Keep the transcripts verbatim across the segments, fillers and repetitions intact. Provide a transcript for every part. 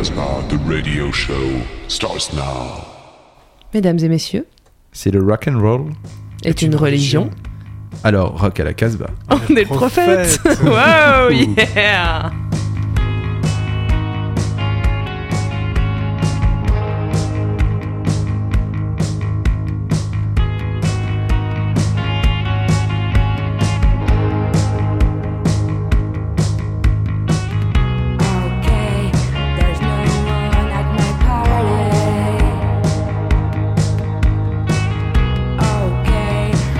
Casbah, the radio show starts now. Mesdames et messieurs, si le rock and roll est, est une, une religion, religion, alors rock à la Casbah. On, On est le prophète. Wow, yeah.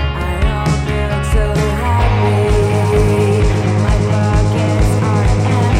My pockets are empty.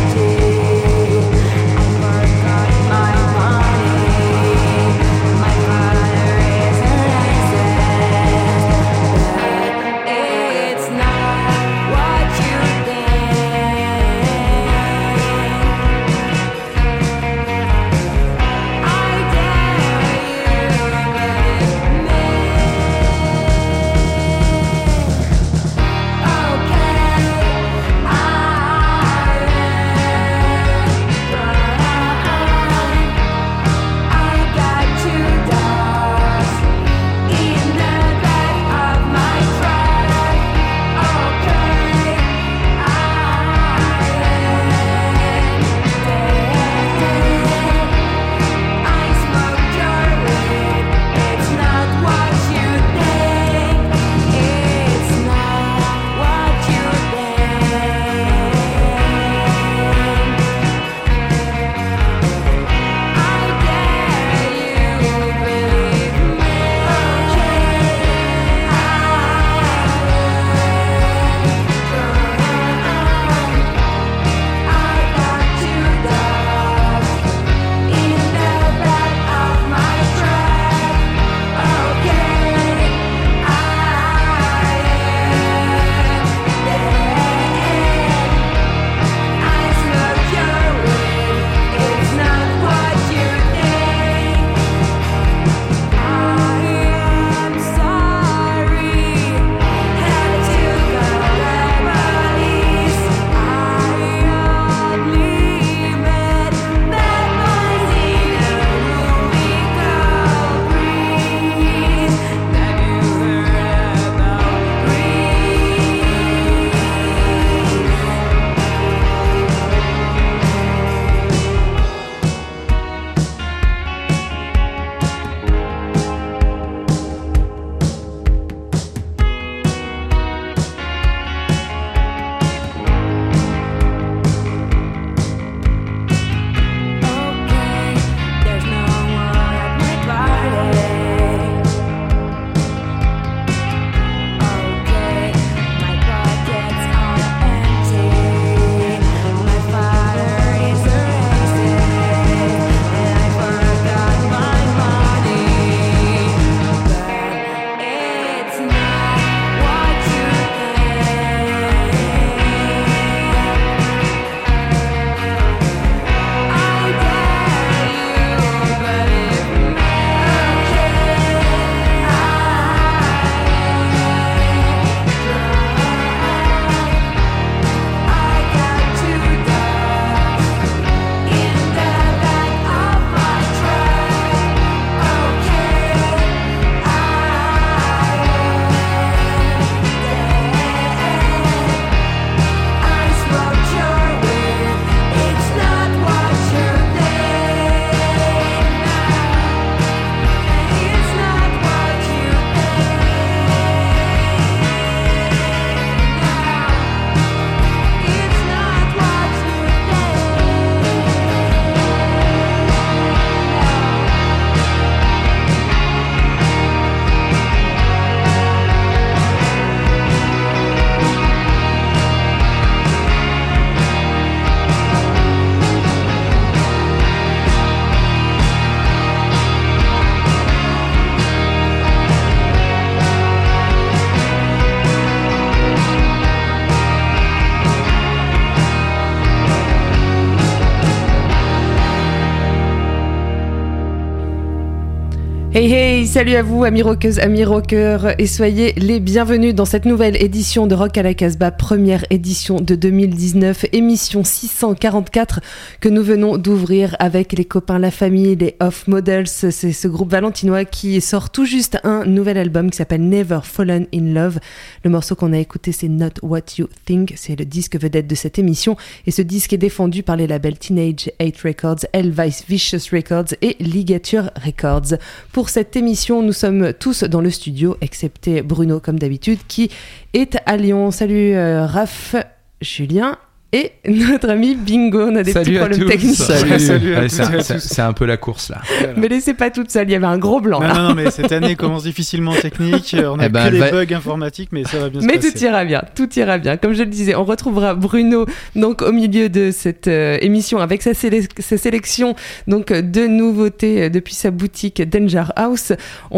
Hey hey, salut à vous amis rockeuses, amis rockeurs et soyez les bienvenus dans cette nouvelle édition de Rock à la Casbah, première édition de deux mille dix-neuf, émission six cent quarante-quatre que nous venons d'ouvrir avec les copains La Famille, les Off Models. C'est ce groupe valentinois qui sort tout juste un nouvel album qui s'appelle Never Fallen in Love. Le morceau qu'on a écouté, c'est Not What You Think, c'est le disque vedette de cette émission et ce disque est défendu par les labels Teenage Hate Records, Elvice Vicious Records et Ligature Records. Pour cette émission, nous sommes tous dans le studio, excepté Bruno, comme d'habitude, qui est à Lyon. Salut euh, Raph, Julien et notre ami Bingo. On a des Salut petits problèmes techniques. Salut, Salut à Allez, toutes c'est, et à c'est, tous. c'est un peu la course là. Voilà. Me laissez pas toute seule, il y avait un gros blanc. Non, là. non, non, mais cette année commence difficilement technique. On a Eh ben, que des va- bugs informatiques, mais ça va bien se Mais passer. tout ira bien, tout ira bien. Comme je le disais, on retrouvera Bruno donc au milieu de cette euh, émission avec sa, sélec- sa sélection donc euh, de nouveautés euh, depuis sa boutique Danger House.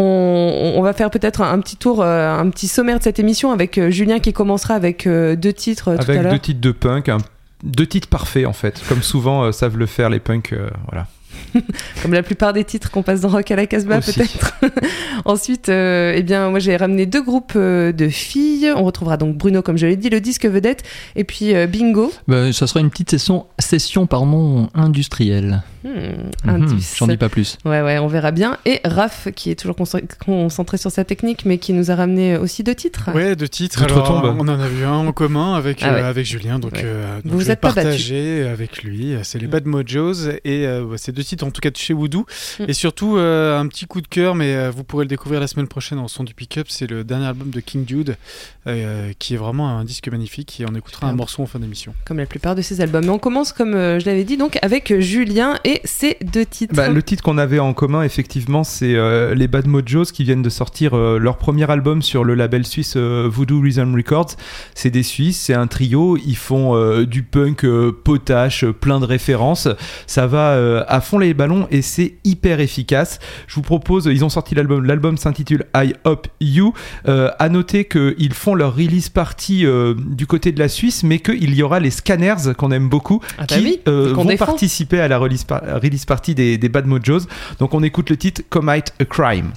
On, on va faire peut-être un, un petit tour, euh, un petit sommaire de cette émission avec euh, Julien qui commencera avec euh, deux titres euh, tout à Avec l'heure. deux titres de punk, un- deux titres parfaits en fait, comme souvent euh, savent le faire les punks. euh, voilà. Comme la plupart des titres qu'on passe dans Rock à la Casbah, Aussi. peut-être. Ensuite, euh, eh bien, moi j'ai ramené deux groupes euh, de filles. On retrouvera donc Bruno, comme je l'ai dit, le disque vedette, et puis euh, Bingo. Bah, ça sera une petite session, session pardon, industrielle. Hmm, Mhm, Indus. J'en dis pas plus. Ouais, ouais, on verra bien. Et Raph, qui est toujours concentré- concentré sur sa technique, mais qui nous a ramené aussi deux titres. Ouais, deux titres. D'autres Alors, tombes. on en a vu un en commun avec, Ah ouais. euh, avec Julien, donc, Ouais. euh, donc Vous je vous vais êtes pas partager avec lui. C'est les Mm. Bad Mojos et euh, bah, c'est deux titres en tout cas de chez Voodoo. Mm. Et surtout euh, un petit coup de cœur, mais euh, vous pourrez le découvrir la semaine prochaine en son du pick-up. C'est le dernier album de King Dude, euh, qui est vraiment un disque magnifique et on écoutera Superbe. un morceau en fin d'émission. Comme la plupart de ses albums. Mais on commence, comme euh, je l'avais dit, donc avec Julien et ses deux titres. Bah, le titre qu'on avait en commun, effectivement, c'est euh, les Bad Mojos qui viennent de sortir euh, leur premier album sur le label suisse euh, Voodoo Rhythm Records. C'est des Suisses, c'est un trio. Ils font euh, du punk euh, potache, euh, plein de références. Ça va euh, à fond les ballons et c'est hyper efficace. Je vous propose, ils ont sorti l'album. L'album s'intitule I Hope You. Euh, à noter qu'ils font leur release party euh, du côté de la Suisse, mais qu'il y aura les Scanners qu'on aime beaucoup Ah bah qui oui, euh, et qu'on vont défend. participer à la release, par- release party des, des Bad Mojos. Donc on écoute le titre Commit a Crime.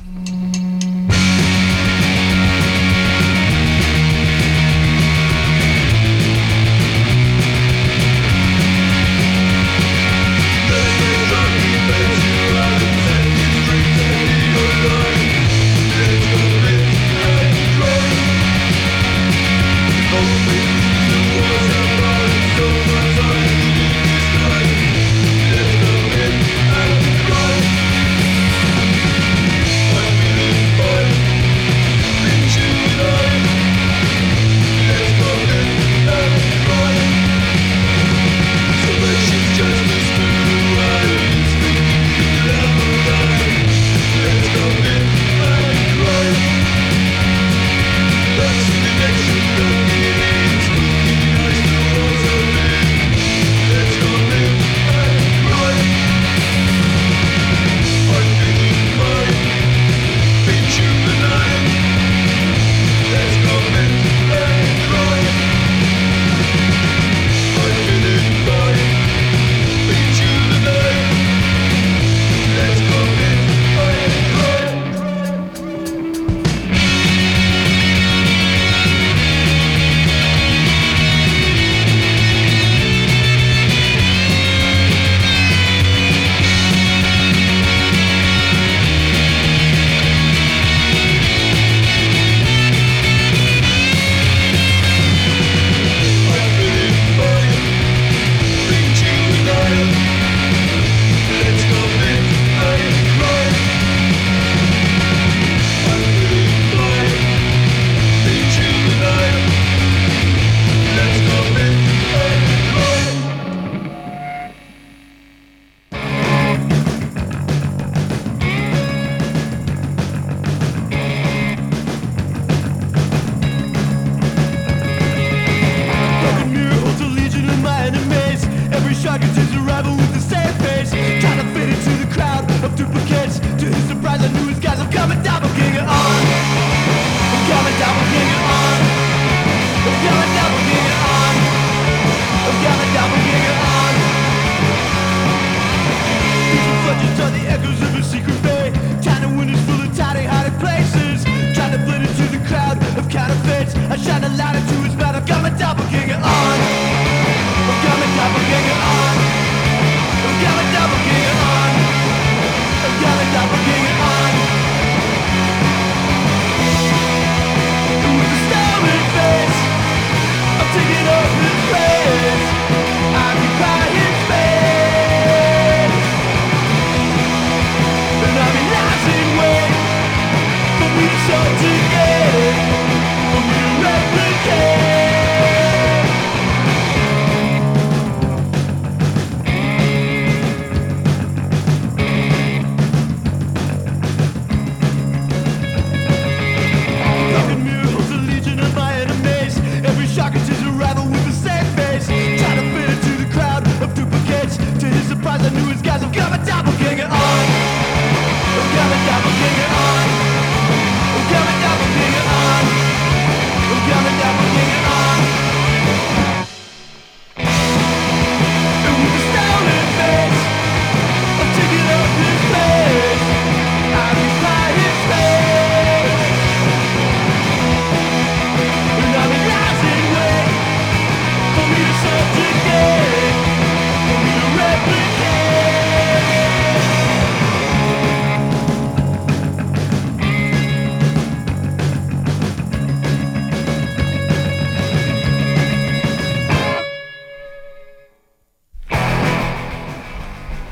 The echoes of a secret bay. China wind is full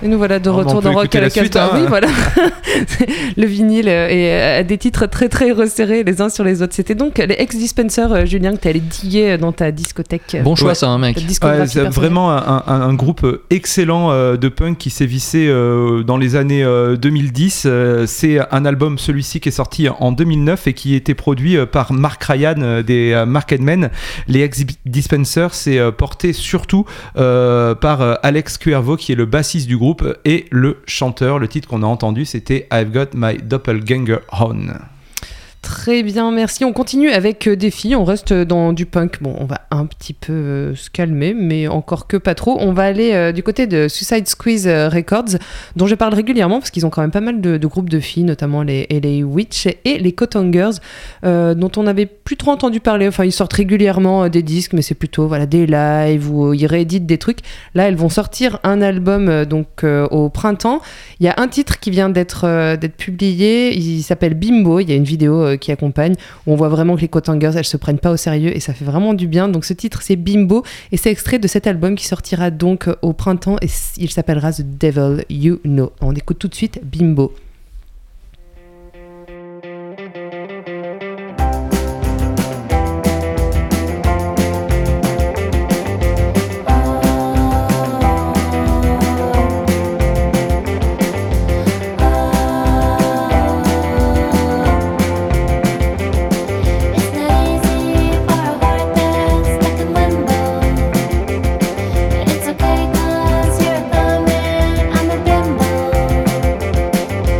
Et nous voilà de Oh, retour on peut dans Rock à la, écouter la suite, Casbah. hein. Oui, voilà. Le vinyle est à des titres très très resserrés les uns sur les autres. C'était donc les ex-Dispenser, euh, Julien, que tu allais diguer dans ta discothèque. Bon choix, Ouais. ça, un mec. Ta discographie Ouais, c'est personnelle. vraiment un, un- un groupe excellent euh, de punk qui s'est vissé euh, dans les années euh, deux mille dix. Euh, c'est un album, celui-ci, qui est sorti en deux mille neuf et qui a été produit euh, par Mark Ryan euh, des euh, Market Men. Les ex-Dispenser, c'est euh, porté surtout euh, par euh, Alex Cuervo, qui est le bassiste du groupe et le chanteur. Le titre qu'on a entendu, c'était I've Got My Doppelganger On. Très bien, merci. On continue avec euh, des filles, on reste dans du punk. Bon, on va un petit peu euh, se calmer, mais encore que pas trop. On va aller euh, du côté de Suicide Squeeze euh, Records, dont je parle régulièrement parce qu'ils ont quand même pas mal de, de groupes de filles, notamment les L A Witch et les Cotton Girls, euh, dont on n'avait plus trop entendu parler. Enfin, ils sortent régulièrement euh, des disques, mais c'est plutôt voilà, des lives ou euh, ils rééditent des trucs. Là, elles vont sortir un album euh, donc, euh, au printemps. Il y a un titre qui vient d'être, euh, d'être publié, il s'appelle Bimbo. Il y a une vidéo euh, qui accompagne, où on voit vraiment que les Cotton Girls, elles se prennent pas au sérieux et ça fait vraiment du bien. Donc ce titre, c'est Bimbo et c'est extrait de cet album qui sortira donc au printemps et il s'appellera The Devil You Know. On écoute tout de suite Bimbo. It's not easy for a heart that's stuck in limbo. But it's okay 'cause you're a bum and I'm a bimbo.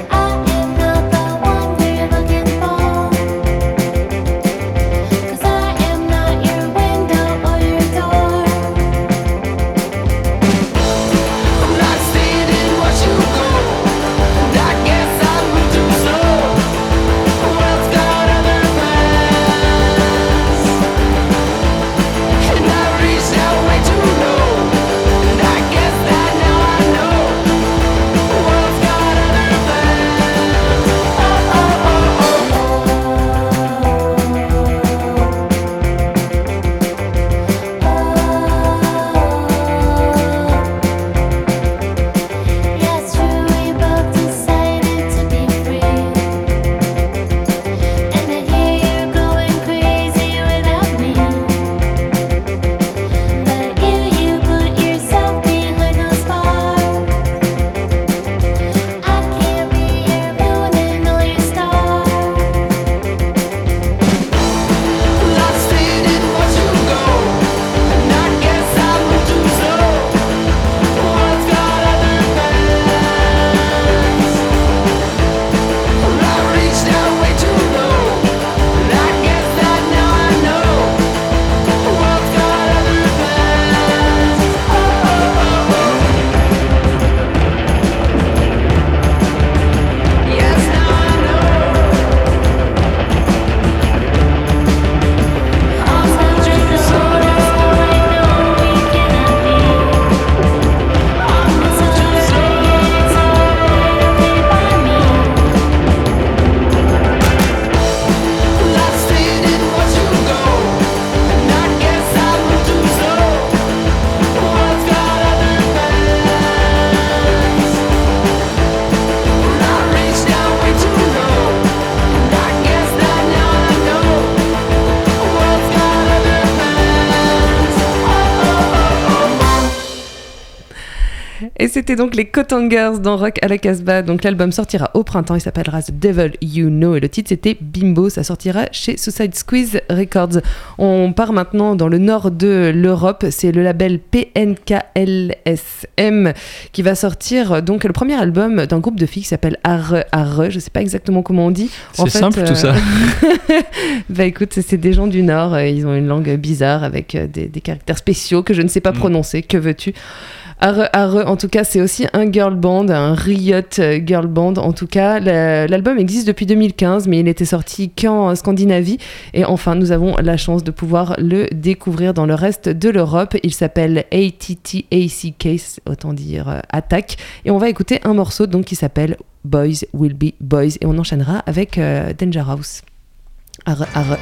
Et c'était donc les Cotton Girls dans Rock à la Casbah. Donc l'album sortira au printemps, il s'appellera The Devil You Know et le titre c'était Bimbo, ça sortira chez Suicide Squeeze Records. On part maintenant dans le nord de l'Europe, c'est le label P N K L S M qui va sortir donc le premier album d'un groupe de filles qui s'appelle Arre Arre, je sais pas exactement comment on dit. C'est en fait, simple euh... tout ça. Bah écoute, c'est des gens du nord, ils ont une langue bizarre avec des, des caractères spéciaux que je ne sais pas prononcer, que veux-tu? Arre, arre, en tout cas, c'est aussi un girl band, un Riot girl band. En tout cas, l'album existe depuis deux mille quinze, mais il n'était sorti qu'en Scandinavie. Et enfin, nous avons la chance de pouvoir le découvrir dans le reste de l'Europe. Il s'appelle A T T A C K, autant dire euh, Attack. Et on va écouter un morceau donc qui s'appelle Boys Will Be Boys. Et on enchaînera avec euh, Danger House. Arre, arre.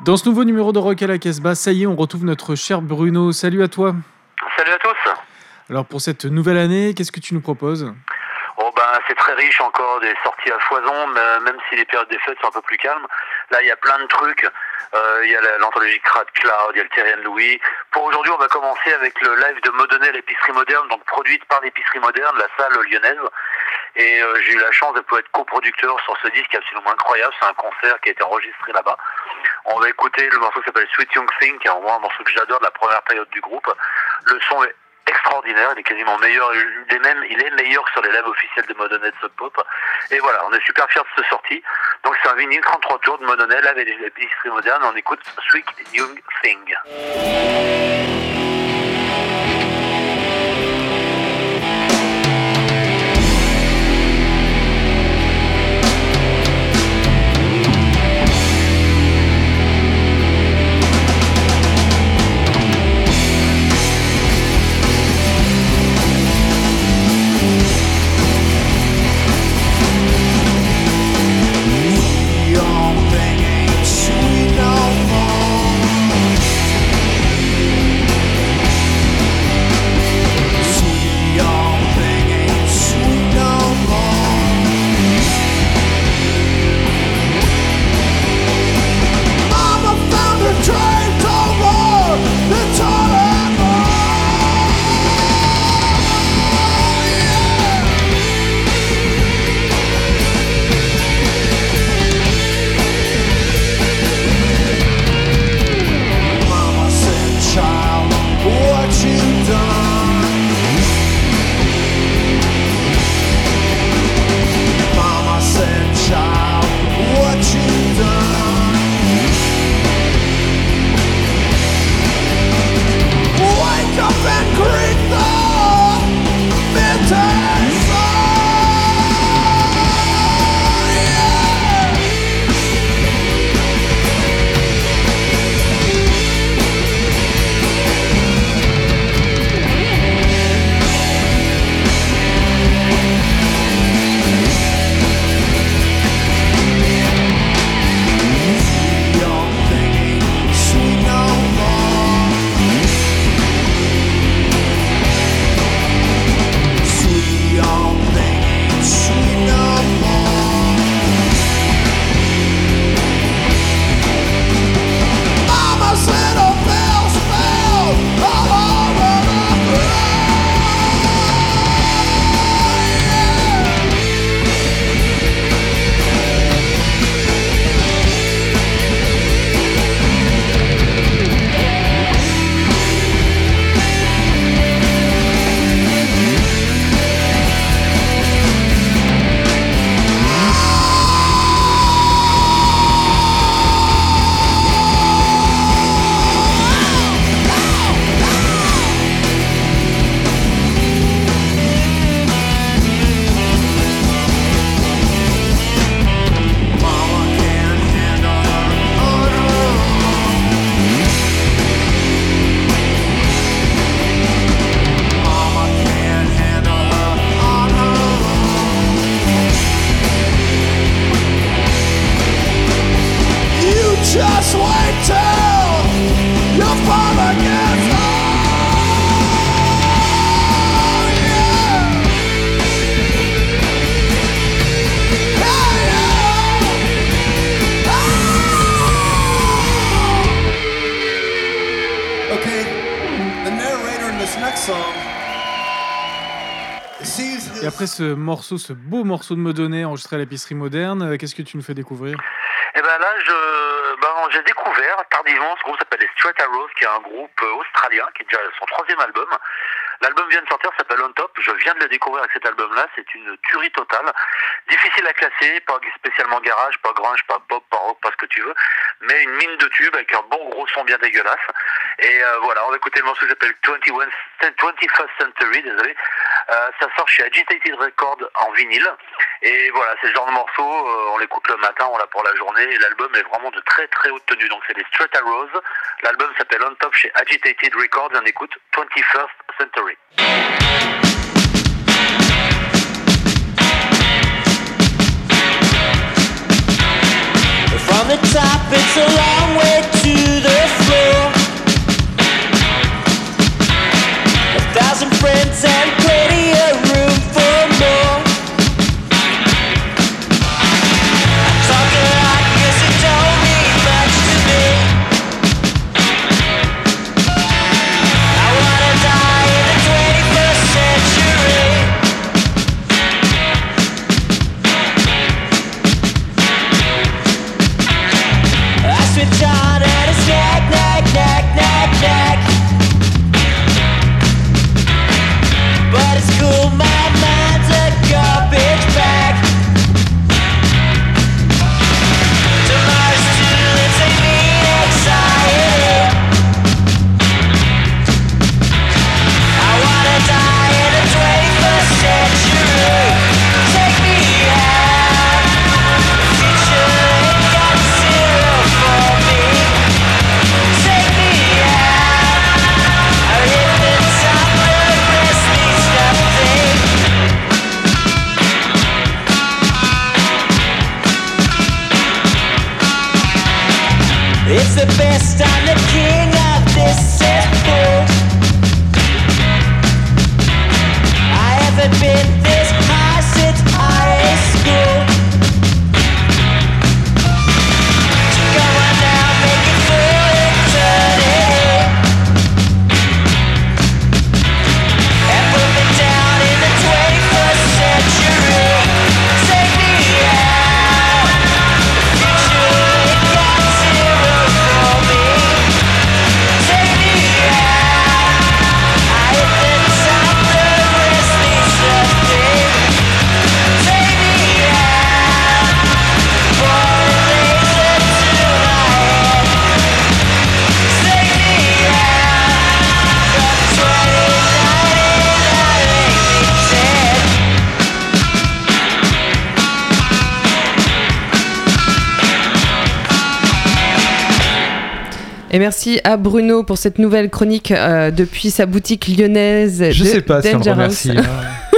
Dans ce nouveau numéro de Rock à la Casbah, ça y est, on retrouve notre cher Bruno. Salut à toi. Salut à tous. Alors pour cette nouvelle année, qu'est-ce que tu nous proposes ? Oh ben c'est très riche encore, des sorties à foison, mais même si les périodes des fêtes sont un peu plus calmes. Là il y a plein de trucs, euh, il y a la- l'anthologie Crowd Cloud, il y a le Thierry Louis. Pour aujourd'hui on va commencer avec le live de Modonnet à l'épicerie moderne, donc produite par l'épicerie moderne, la salle lyonnaise. Et euh, j'ai eu la chance de pouvoir être coproducteur sur ce disque absolument incroyable, c'est un concert qui a été enregistré là-bas. On va écouter le morceau qui s'appelle Sweet Young Thing, qui est vraiment un morceau que j'adore de la première période du groupe. Le son est extraordinaire, il est quasiment meilleur, il est même, il est meilleur que sur les lives officiels de Modonnet de Sub Pop. Et voilà, on est super fiers de cette sortie. Donc c'est un vinyle trente-trois tours de Modonnet, là avec l'épicerie moderne, on écoute Sweet Young Thing. Young thing ain't sweet no more. Et après ce morceau, ce beau morceau de Modonnet enregistré à l'épicerie moderne, euh, qu'est-ce que tu nous fais découvrir? Et ben là, je, ben, j'ai découvert tardivement ce groupe s'appelle les Straight Arrows, qui est un groupe euh, australien, qui est déjà son troisième album. L'album vient de sortir, s'appelle On Top. Je viens de le découvrir avec cet album-là. C'est une tuerie totale. Difficile à classer, pas spécialement garage, pas grunge, pas pop, pas rock, pas ce que tu veux. Mais une mine de tubes avec un bon gros son bien dégueulasse. Et euh, voilà, on va écouter le morceau qui s'appelle twenty-first Century, désolé. Euh, ça sort chez Agitated Records en vinyle. Et voilà, c'est le genre de morceau, euh, on l'écoute le matin, on l'a pour la journée. Et l'album est vraiment de très très haute tenue. Donc c'est les Straight Arrows. L'album s'appelle On Top chez Agitated Records. Et on écoute twenty-first Century. From the top, it's a long way to Et merci à Bruno pour cette nouvelle chronique euh, depuis sa boutique lyonnaise. Je de sais pas si on le Danger remercie. House.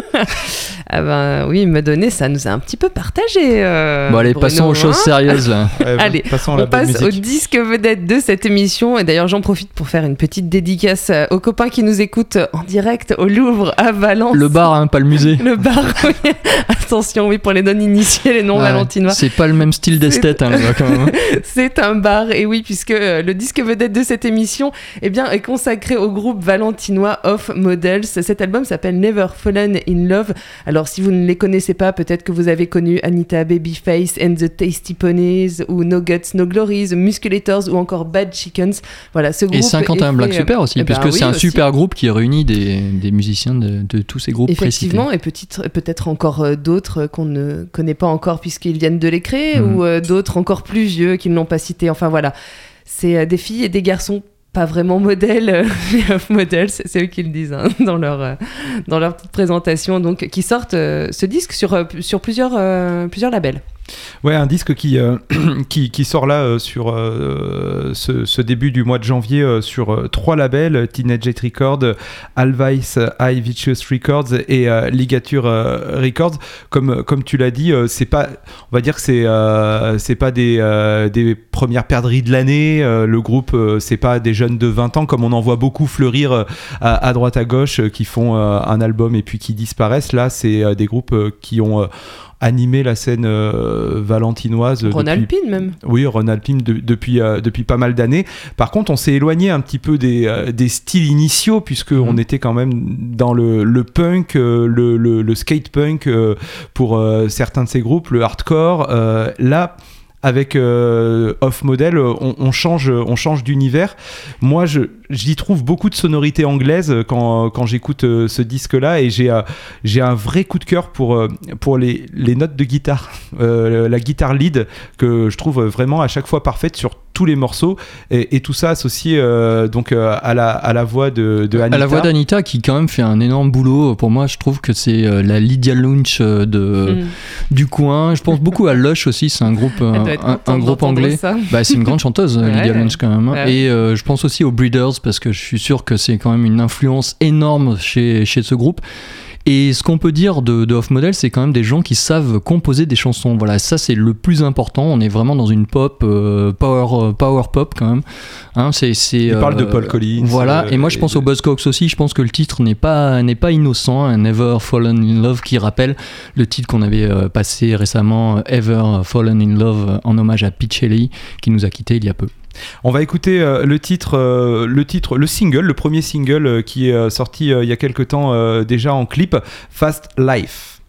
Ah ben oui, me donner, ça nous a un petit peu partagé. Euh, Bon, allez, Bruno, passons aux hein. choses sérieuses. Ouais, Allez, passons à la On bonne passe au musique. disque vedette de cette émission. Et d'ailleurs, j'en profite pour faire une petite dédicace euh, aux copains qui nous écoutent en direct au Louvre, à Valence. Le bar, hein, pas le musée. Le bar, oui. Attention, oui, pour les non-initiés, les non-valentinois. Ouais, c'est pas le même style d'esthète, hein, là, quand même. C'est un bar, et oui, puisque euh, le disque vedette de cette émission eh bien, est consacré au groupe valentinois Off Models. Cet album s'appelle Never Fallen in Love. Alors, si vous ne les connaissez pas, peut-être que vous avez connu Anita Babyface and the Tasty Ponies, ou No Guts, No Glories, Musculators, ou encore Bad Chickens. Voilà, ce groupe Et cinquante et un est Black fait, Super aussi, eh ben puisque oui, c'est un aussi. super groupe qui réunit des, des musiciens de, de tous ces groupes précités. Effectivement, et peut-être, peut-être encore euh, d'autres qu'on ne connaît pas encore puisqu'ils viennent de les créer, Mhm. ou euh, d'autres encore plus vieux qui ne l'ont pas cité. Enfin voilà, c'est euh, des filles et des garçons pas vraiment modèles, euh, les off models, c'est eux qui le disent hein, dans leur euh, dans leur petite présentation, donc qui sortent euh, ce disque sur euh, sur plusieurs euh, plusieurs labels. Ouais, un disque qui, euh, qui, qui sort là euh, sur euh, ce, ce début du mois de janvier euh, sur euh, trois labels, Teenage Jet Records, Alvice High Vicious Records et euh, Ligature euh, Records. Comme, comme tu l'as dit, euh, c'est pas, on va dire que c'est, euh, c'est pas des, euh, des premières perdrix de l'année. Euh, le groupe, euh, c'est pas des jeunes de vingt ans comme on en voit beaucoup fleurir euh, à, à droite à gauche euh, qui font euh, un album et puis qui disparaissent. Là, c'est euh, des groupes euh, qui ont... Euh, animé la scène euh, valentinoise. Ron depuis... Alpine même. Oui, Ron Alpine de- depuis, euh, depuis pas mal d'années. Par contre, on s'est éloigné un petit peu des, euh, des styles initiaux, puisqu'on Mhm. était quand même dans le, le punk, euh, le, le, le skate punk euh, pour euh, certains de ces groupes, le hardcore. Euh, là, avec euh, Off Model, on, on change, on change d'univers. Moi, je, j'y trouve beaucoup de sonorités anglaises quand, quand j'écoute euh, ce disque-là, et j'ai, euh, j'ai un vrai coup de cœur pour, euh, pour les, les notes de guitare, euh, la guitare lead, que je trouve vraiment à chaque fois parfaite sur tous les morceaux, et, et tout ça associé euh, donc euh, à la à la voix de, de Anita. À la voix d'Anita qui quand même fait un énorme boulot. Pour moi, je trouve que c'est euh, la Lydia Lunch euh, de, Mm. du coin. Je pense beaucoup à Lush aussi, c'est un groupe, euh, Elle doit être un, contente un groupe d'entendre anglais. ça. Bah, c'est une grande chanteuse, Ouais. Lydia Lunch quand même. Ouais. Et euh, je pense aussi aux Breeders parce que je suis sûr que c'est quand même une influence énorme chez, chez ce groupe. Et ce qu'on peut dire de, de Off Model, c'est quand même des gens qui savent composer des chansons. Voilà, ça c'est le plus important. On est vraiment dans une pop, euh, power, power pop quand même. Hein, c'est, c'est, Il euh, parle de Paul Collins. Voilà, euh, et moi je pense de- aux Buzzcocks aussi. Je pense que le titre n'est pas, n'est pas innocent. Hein, Never Fallen in Love, qui rappelle le titre qu'on avait euh, passé récemment, Ever Fallen in Love, euh, en hommage à Pete Shelley, qui nous a quittés il y a peu. On va écouter euh, le titre, euh, le titre, le single, le premier single euh, qui est euh, sorti euh, il y a quelque temps euh, déjà en clip, Fast Life.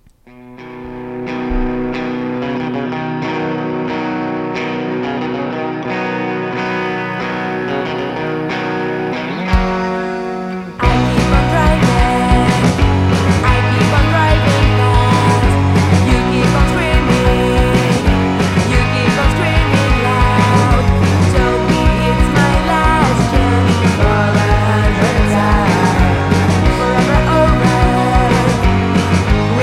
I keep on driving, I keep on driving fast. You keep on screaming, you keep on screaming loud. Tell me it's my last chance for a hundred times, forever over.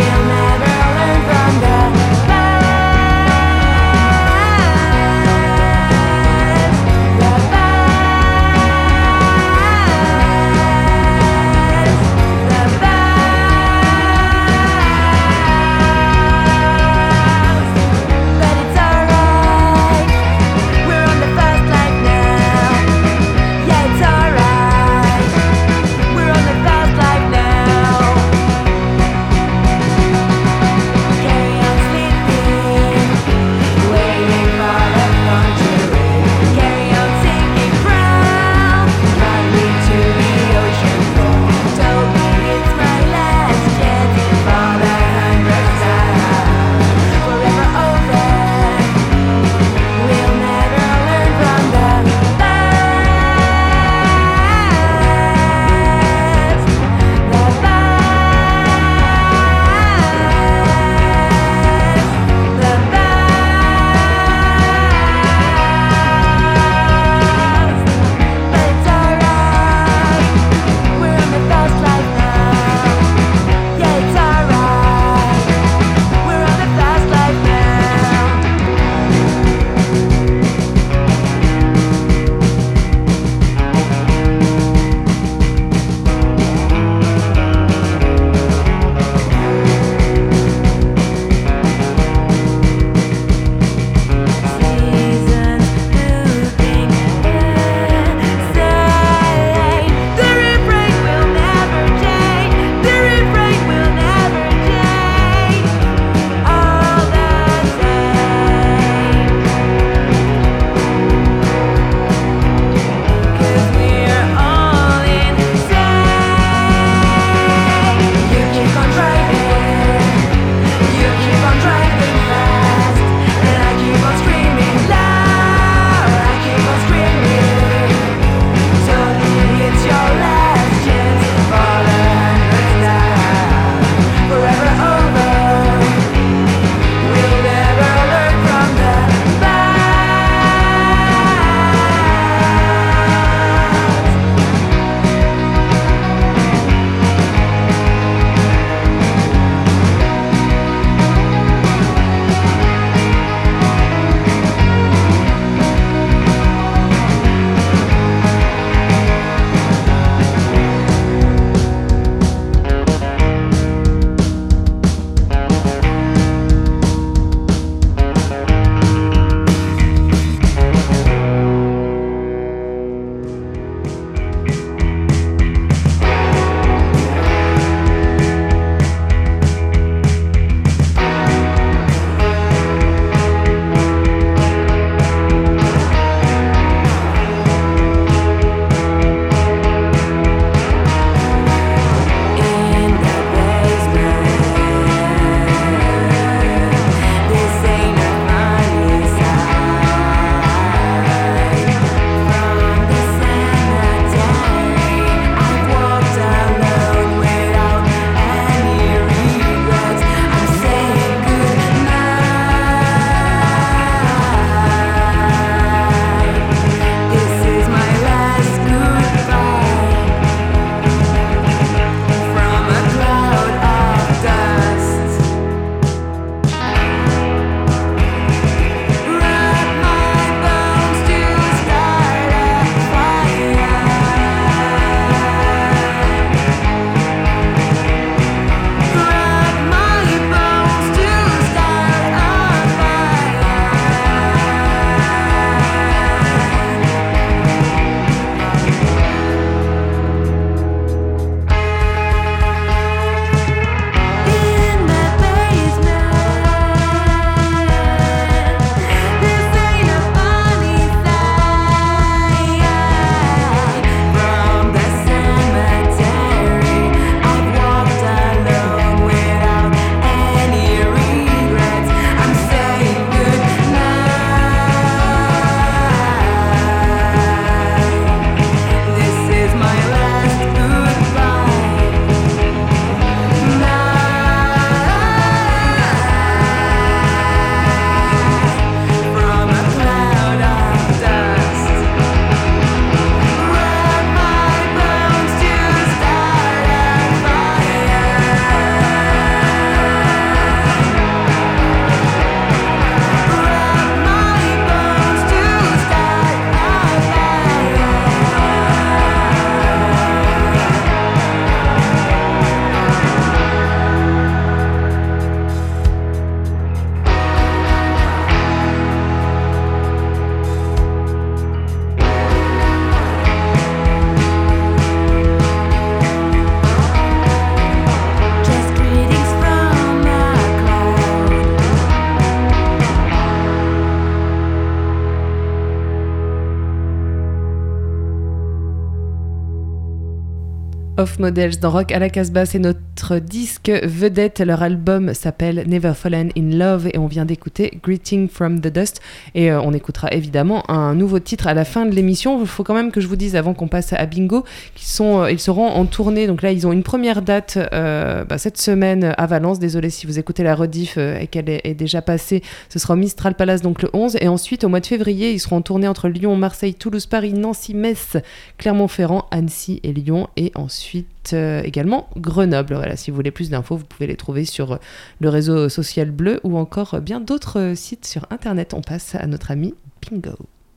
Off Models dans Rock à la Casbah, c'est notre disque vedette. Leur album s'appelle Never Fallen in Love et on vient d'écouter Greeting from the Dust. Et euh, on écoutera évidemment un nouveau titre à la fin de l'émission. Il faut quand même que je vous dise avant qu'on passe à Bingo qu'ils sont, euh, ils seront en tournée. Donc là, ils ont une première date euh, bah, cette semaine à Valence. Désolé si vous écoutez la rediff euh, et qu'elle est, est déjà passée. Ce sera au Mistral Palace donc le onze. Et ensuite, au mois de février, ils seront en tournée entre Lyon, Marseille, Toulouse, Paris, Nancy, Metz, Clermont-Ferrand, Annecy et Lyon. Et ensuite, Ensuite, euh, également Grenoble. Voilà, si vous voulez plus d'infos, vous pouvez les trouver sur le réseau social bleu ou encore bien d'autres sites sur internet. On passe à notre ami Bingo.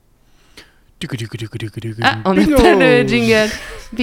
Ah, on n'a pas le jingle. B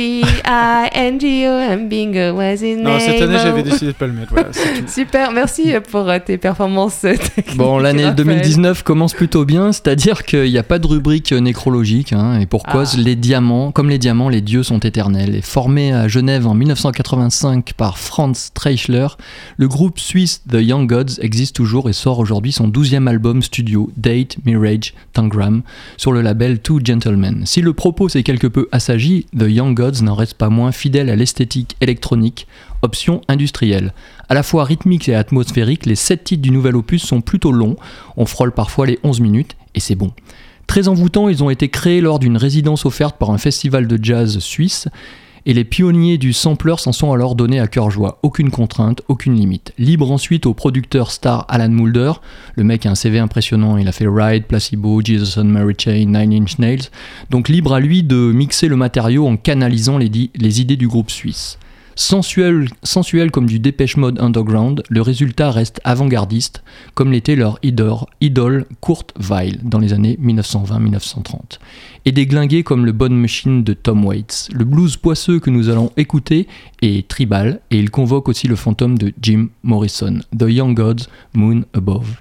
I N G O and Bingo was his name. Non, cette année, j'avais décidé de pas le mettre. Voilà, c'est tout. Super, merci pour euh, tes performances techniques. Bon, l'année Raphaël. deux mille dix-neuf commence plutôt bien, c'est-à-dire qu'il n'y a pas de rubrique nécrologique, hein, et pour cause, Ah. les diamants, comme les diamants, les dieux sont éternels. Et formé à Genève en dix-neuf cent quatre-vingt-cinq par Franz Treichler, le groupe suisse The Young Gods existe toujours et sort aujourd'hui son douzième album studio, Date, Mirage, Tangram, sur le label Two Gentlemen. Si le propos s'est quelque peu assagi, The Young Gods n'en reste pas moins fidèle à l'esthétique électronique, option industrielle. À la fois rythmique et atmosphérique, les sept titres du nouvel opus sont plutôt longs, on frôle parfois les onze minutes, et c'est bon. Très envoûtants, ils ont été créés lors d'une résidence offerte par un festival de jazz suisse, et les pionniers du sampler s'en sont alors donnés à cœur joie. Aucune contrainte, aucune limite. Libre ensuite au producteur star Alan Moulder. Le mec a un C V impressionnant, il a fait Ride, Placebo, Jesus and Mary Chain, Nine Inch Nails. Donc libre à lui de mixer le matériau en canalisant les, di- les idées du groupe suisse. Sensuel, sensuel comme du Depeche Mode underground, le résultat reste avant-gardiste, comme l'était leur idole, idole Kurt Weill dans les années dix-neuf cent vingt à dix-neuf cent trente. Et déglingué comme le Bonne Machine de Tom Waits. Le blues poisseux que nous allons écouter est tribal, et il convoque aussi le fantôme de Jim Morrison, The Young Gods, Moon Above.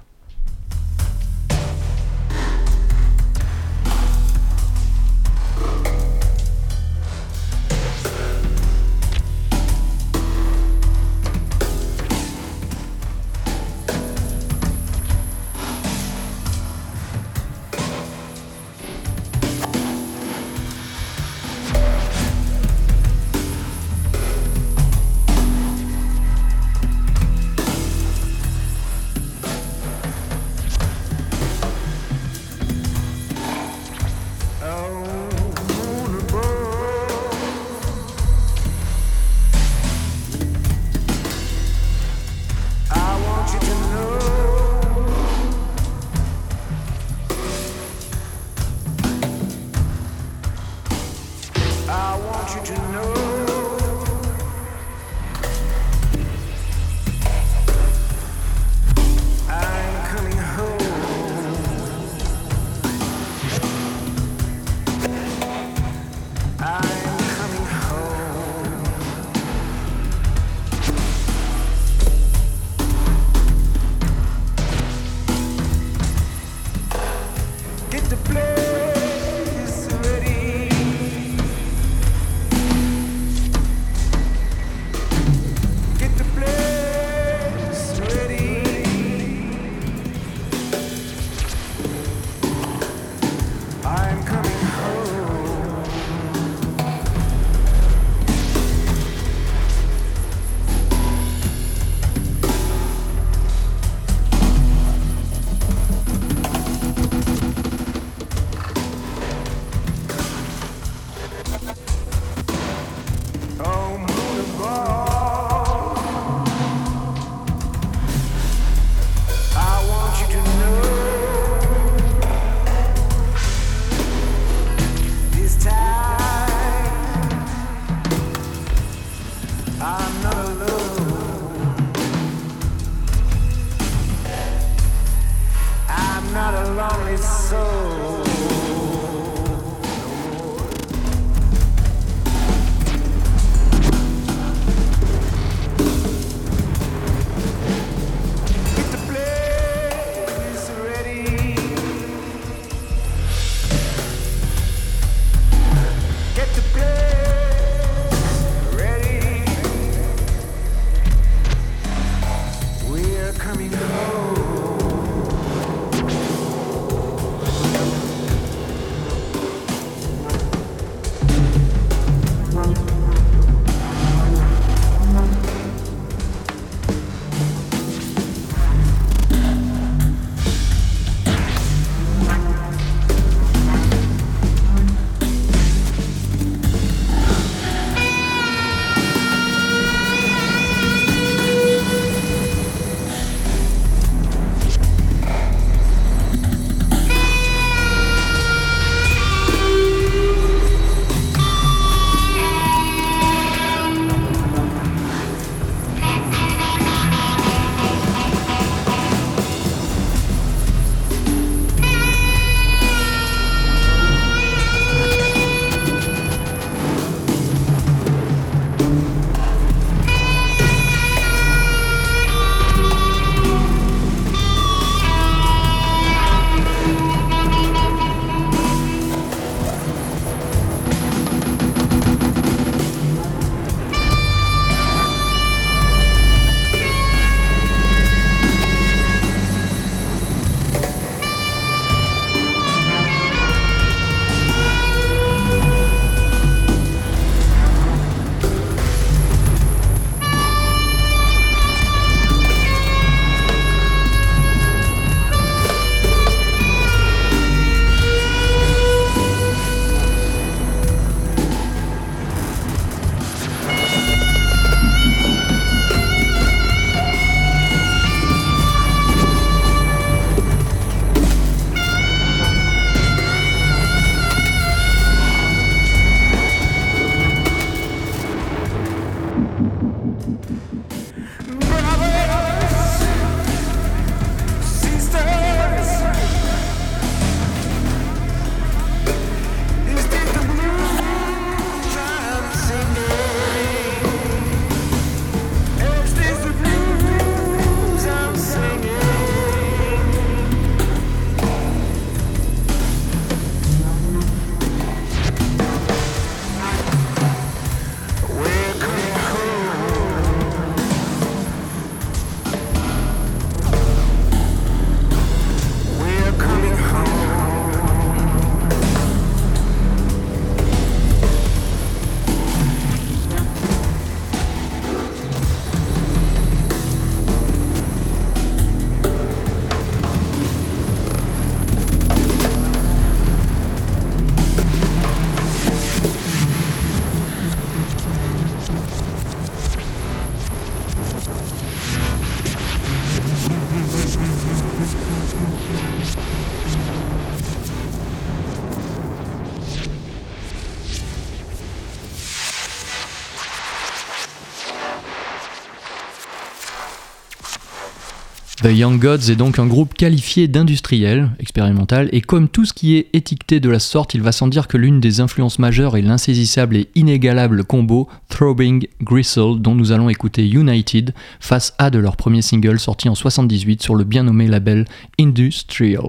Get the place ready. The Young Gods est donc un groupe qualifié d'industriel, expérimental, et comme tout ce qui est étiqueté de la sorte, il va sans dire que l'une des influences majeures est l'insaisissable et inégalable combo Throbbing Gristle, dont nous allons écouter United, face A de leur premier single sorti en soixante-dix-huit sur le bien nommé label Industrial.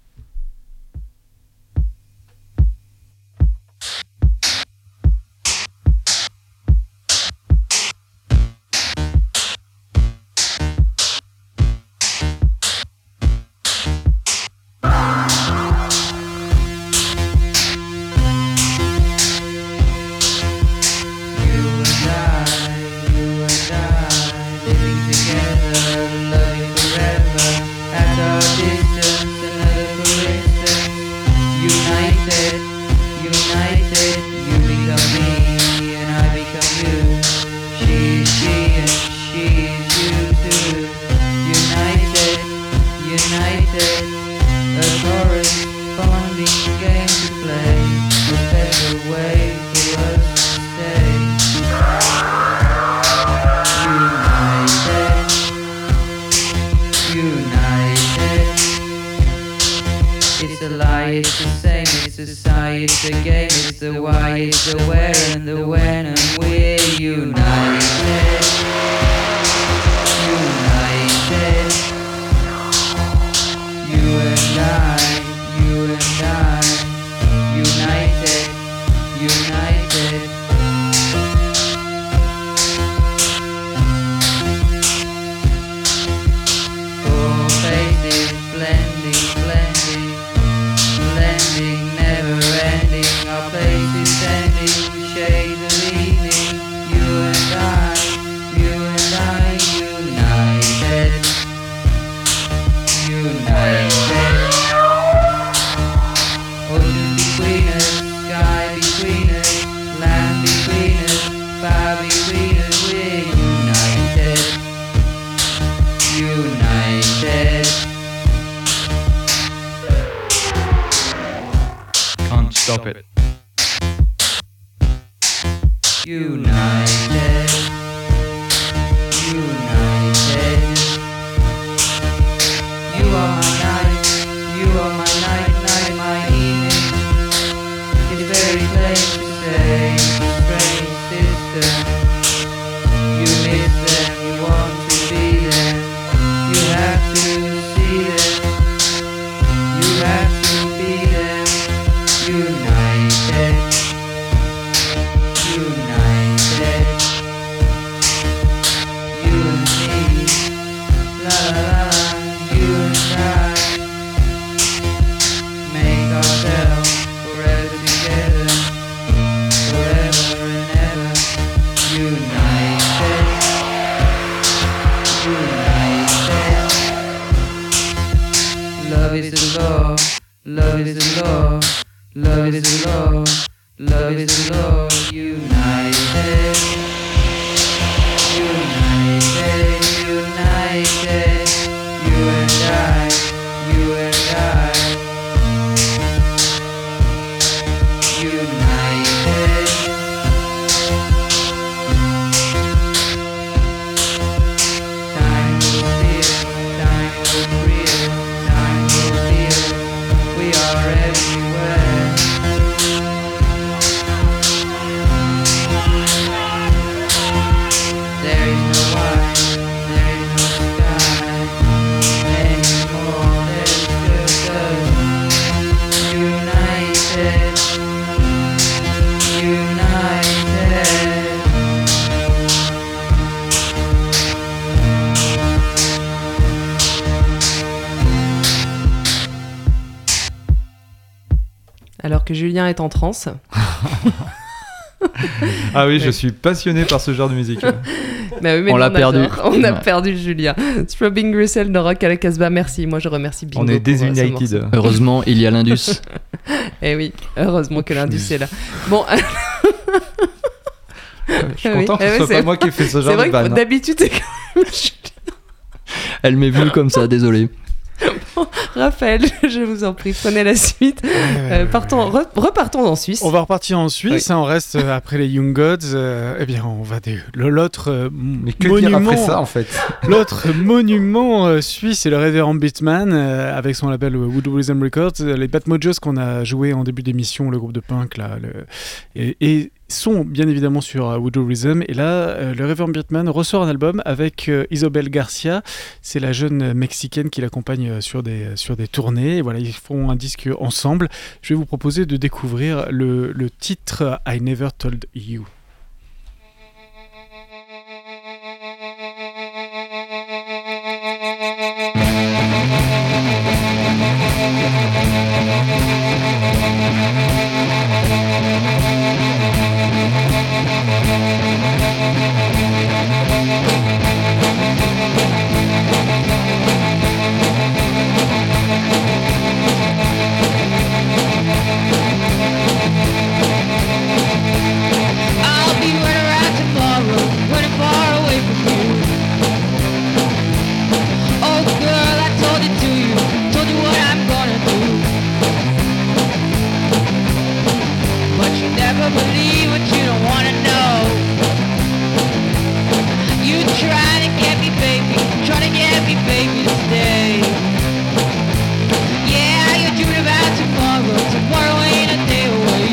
Alors que Julien est en transe. Ah oui, je suis passionné par ce genre de musique. Bah oui, mais on nous, l'a on perdu. adore. On a Ouais. perdu Julien. Throbbing Gristle de Rock à la Casbah, merci. Moi, je remercie Bingo. On est pour, euh, ce desunited. morceau. Heureusement, il y a l'Indus. Eh oui, heureusement que l'Indus est là. Bon, Je suis Oui. content que Eh ce ouais, soit c'est- pas moi qui ai fait ce c'est genre vrai de que vanne. d'habitude, c'est quand même Julien. Elle m'est vue comme ça, désolé. Raphaël, je vous en prie, prenez la suite. Euh, partons, re- repartons en Suisse. On va repartir en Suisse, Oui. hein, on reste euh, après les Young Gods. euh, eh bien, on va des, le- l'autre euh, Mais que monument, dire après ça en fait? l'autre monument euh, suisse, c'est le Reverend Beatman euh, avec son label Voodoo Rhythm Records. Euh, Les Bad Mojos qu'on a joué en début d'émission, le groupe de punk là, le- et, et sont bien évidemment sur euh, Voodoo Rhythm. Et là, euh, le Reverend Beatman ressort un album avec euh, Isobel Garcia. C'est la jeune mexicaine qui l'accompagne euh, sur des sur des tournées. Et voilà, ils font un disque ensemble. Je vais vous proposer de découvrir le, le titre I Never Told You. I'll be running around tomorrow, running far away from you. Oh girl, I told it to you, told you what I'm gonna do. But you never believe what you don't wanna know. You try to get me, baby, try to get me, baby, to stay. Yeah, you're dreaming about tomorrow, tomorrow ain't a day away.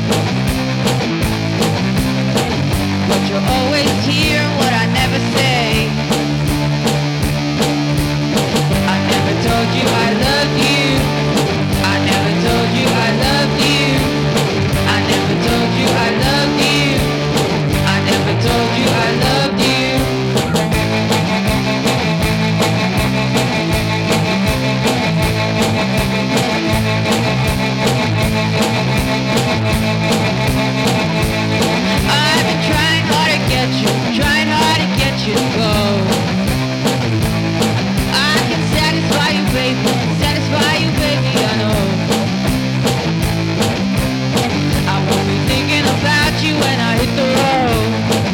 But you're always hearing what I never say. I never told you I love you. I never told you I love you. I never told you I love you. I never told you I loved you. I've been trying hard to get you, trying hard to get you to go. I can satisfy you, baby, satisfy you, baby, I know. I won't be thinking about you when I hit the road.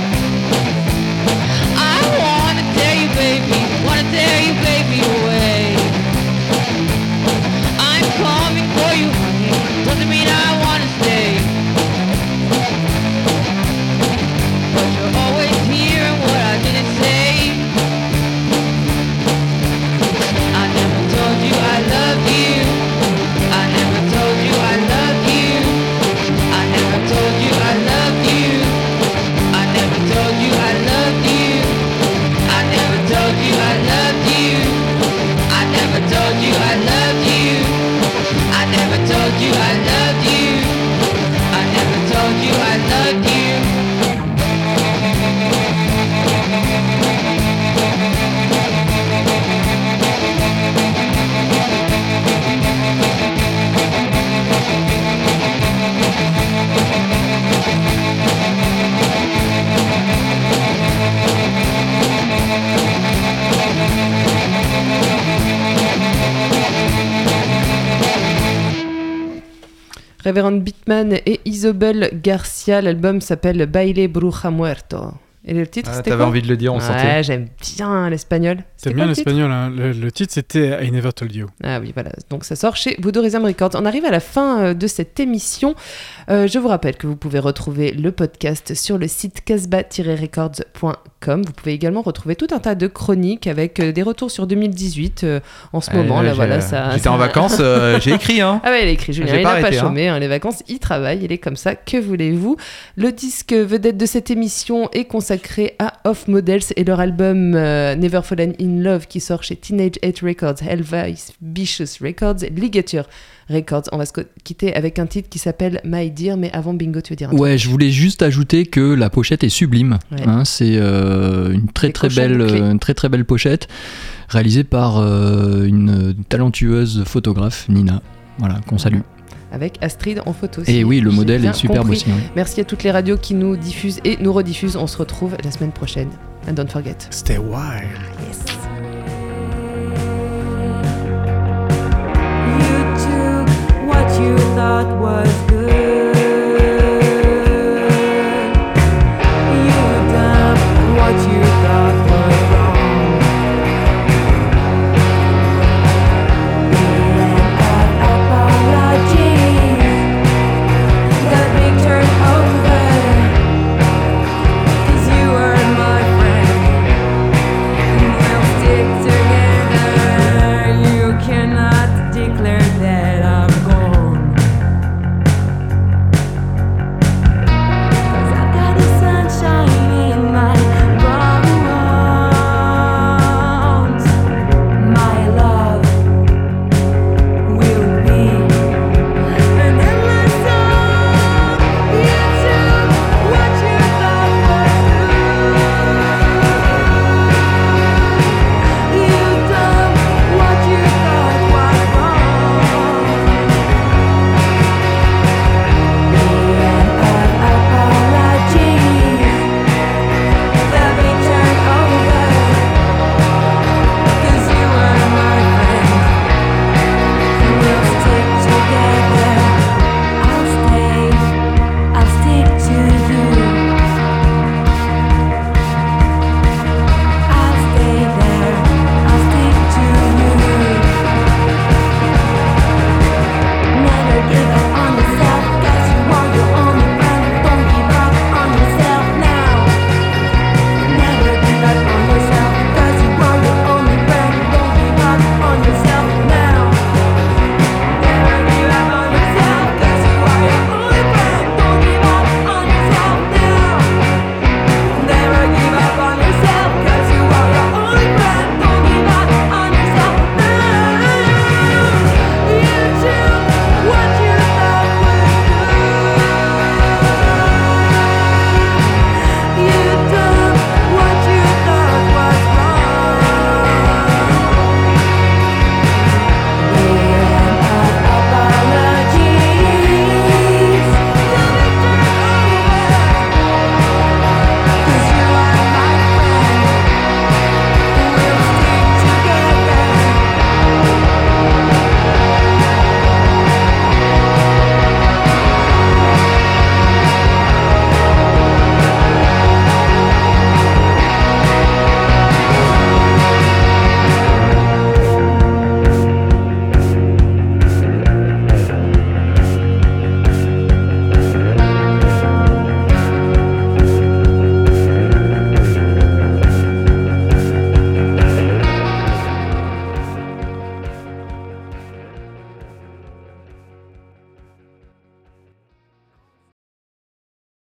I wanna tear you, baby, wanna tear you, baby, away. I'm coming for you, honey, doesn't mean I wanna stay. But you're always hearing what I didn't say. I never told you I love you. I never told you I love you. I never told you I love you. I never told you I love you. I never told you I love you. I never told you I love you. I never told you I love you. I never told you I loved you. Reverend Beatman et Isobel Garcia, l'album s'appelle Baile Bruja Muerto. Et le titre, Ah, c'était t'avais quoi? envie de le dire, on Ouais, sentait. j'aime bien l'espagnol. C'était T'aimes quoi bien le titre l'espagnol, hein. le, le titre c'était I Never Told You. Ah oui, voilà. Donc ça sort chez Voodoo Rhythm Records. On arrive à la fin euh, de cette émission. Euh, je vous rappelle que vous pouvez retrouver le podcast sur le site casbah tiret records point com. Vous pouvez également retrouver tout un tas de chroniques avec euh, des retours sur deux mille dix-huit euh, en ce moment. Euh, Là, j'ai- voilà, ça. J'étais ça- en vacances, euh, j'ai écrit, hein. Ah ouais, il a écrit Julien, J'ai il pas n'a pas arrêté, hein. chômé, hein. Les vacances, il travaille, il est comme ça, que voulez-vous. Le disque vedette de cette émission est consacré à Off Models et leur album euh, Never Fallen in Love qui sort chez Teenage Hate Records, Hellvice Vicious Records, Ligature Records. On va se co- quitter avec un titre qui s'appelle My Dear, mais avant Bingo, tu veux dire un truc? Ouais, je voulais juste ajouter que la pochette est sublime. Ouais. Hein, c'est euh, une très Des très cochons belle, bouclés. euh, une très très belle pochette réalisée par euh, une talentueuse photographe, Nina. Voilà, qu'on salue. Avec Astrid en photo. Et si oui, le j'ai modèle bien est superbe compris. aussi. oui. Merci à toutes les radios qui nous diffusent et nous rediffusent. On se retrouve la semaine prochaine. And don't forget. Stay wild. Yes. You took what you thought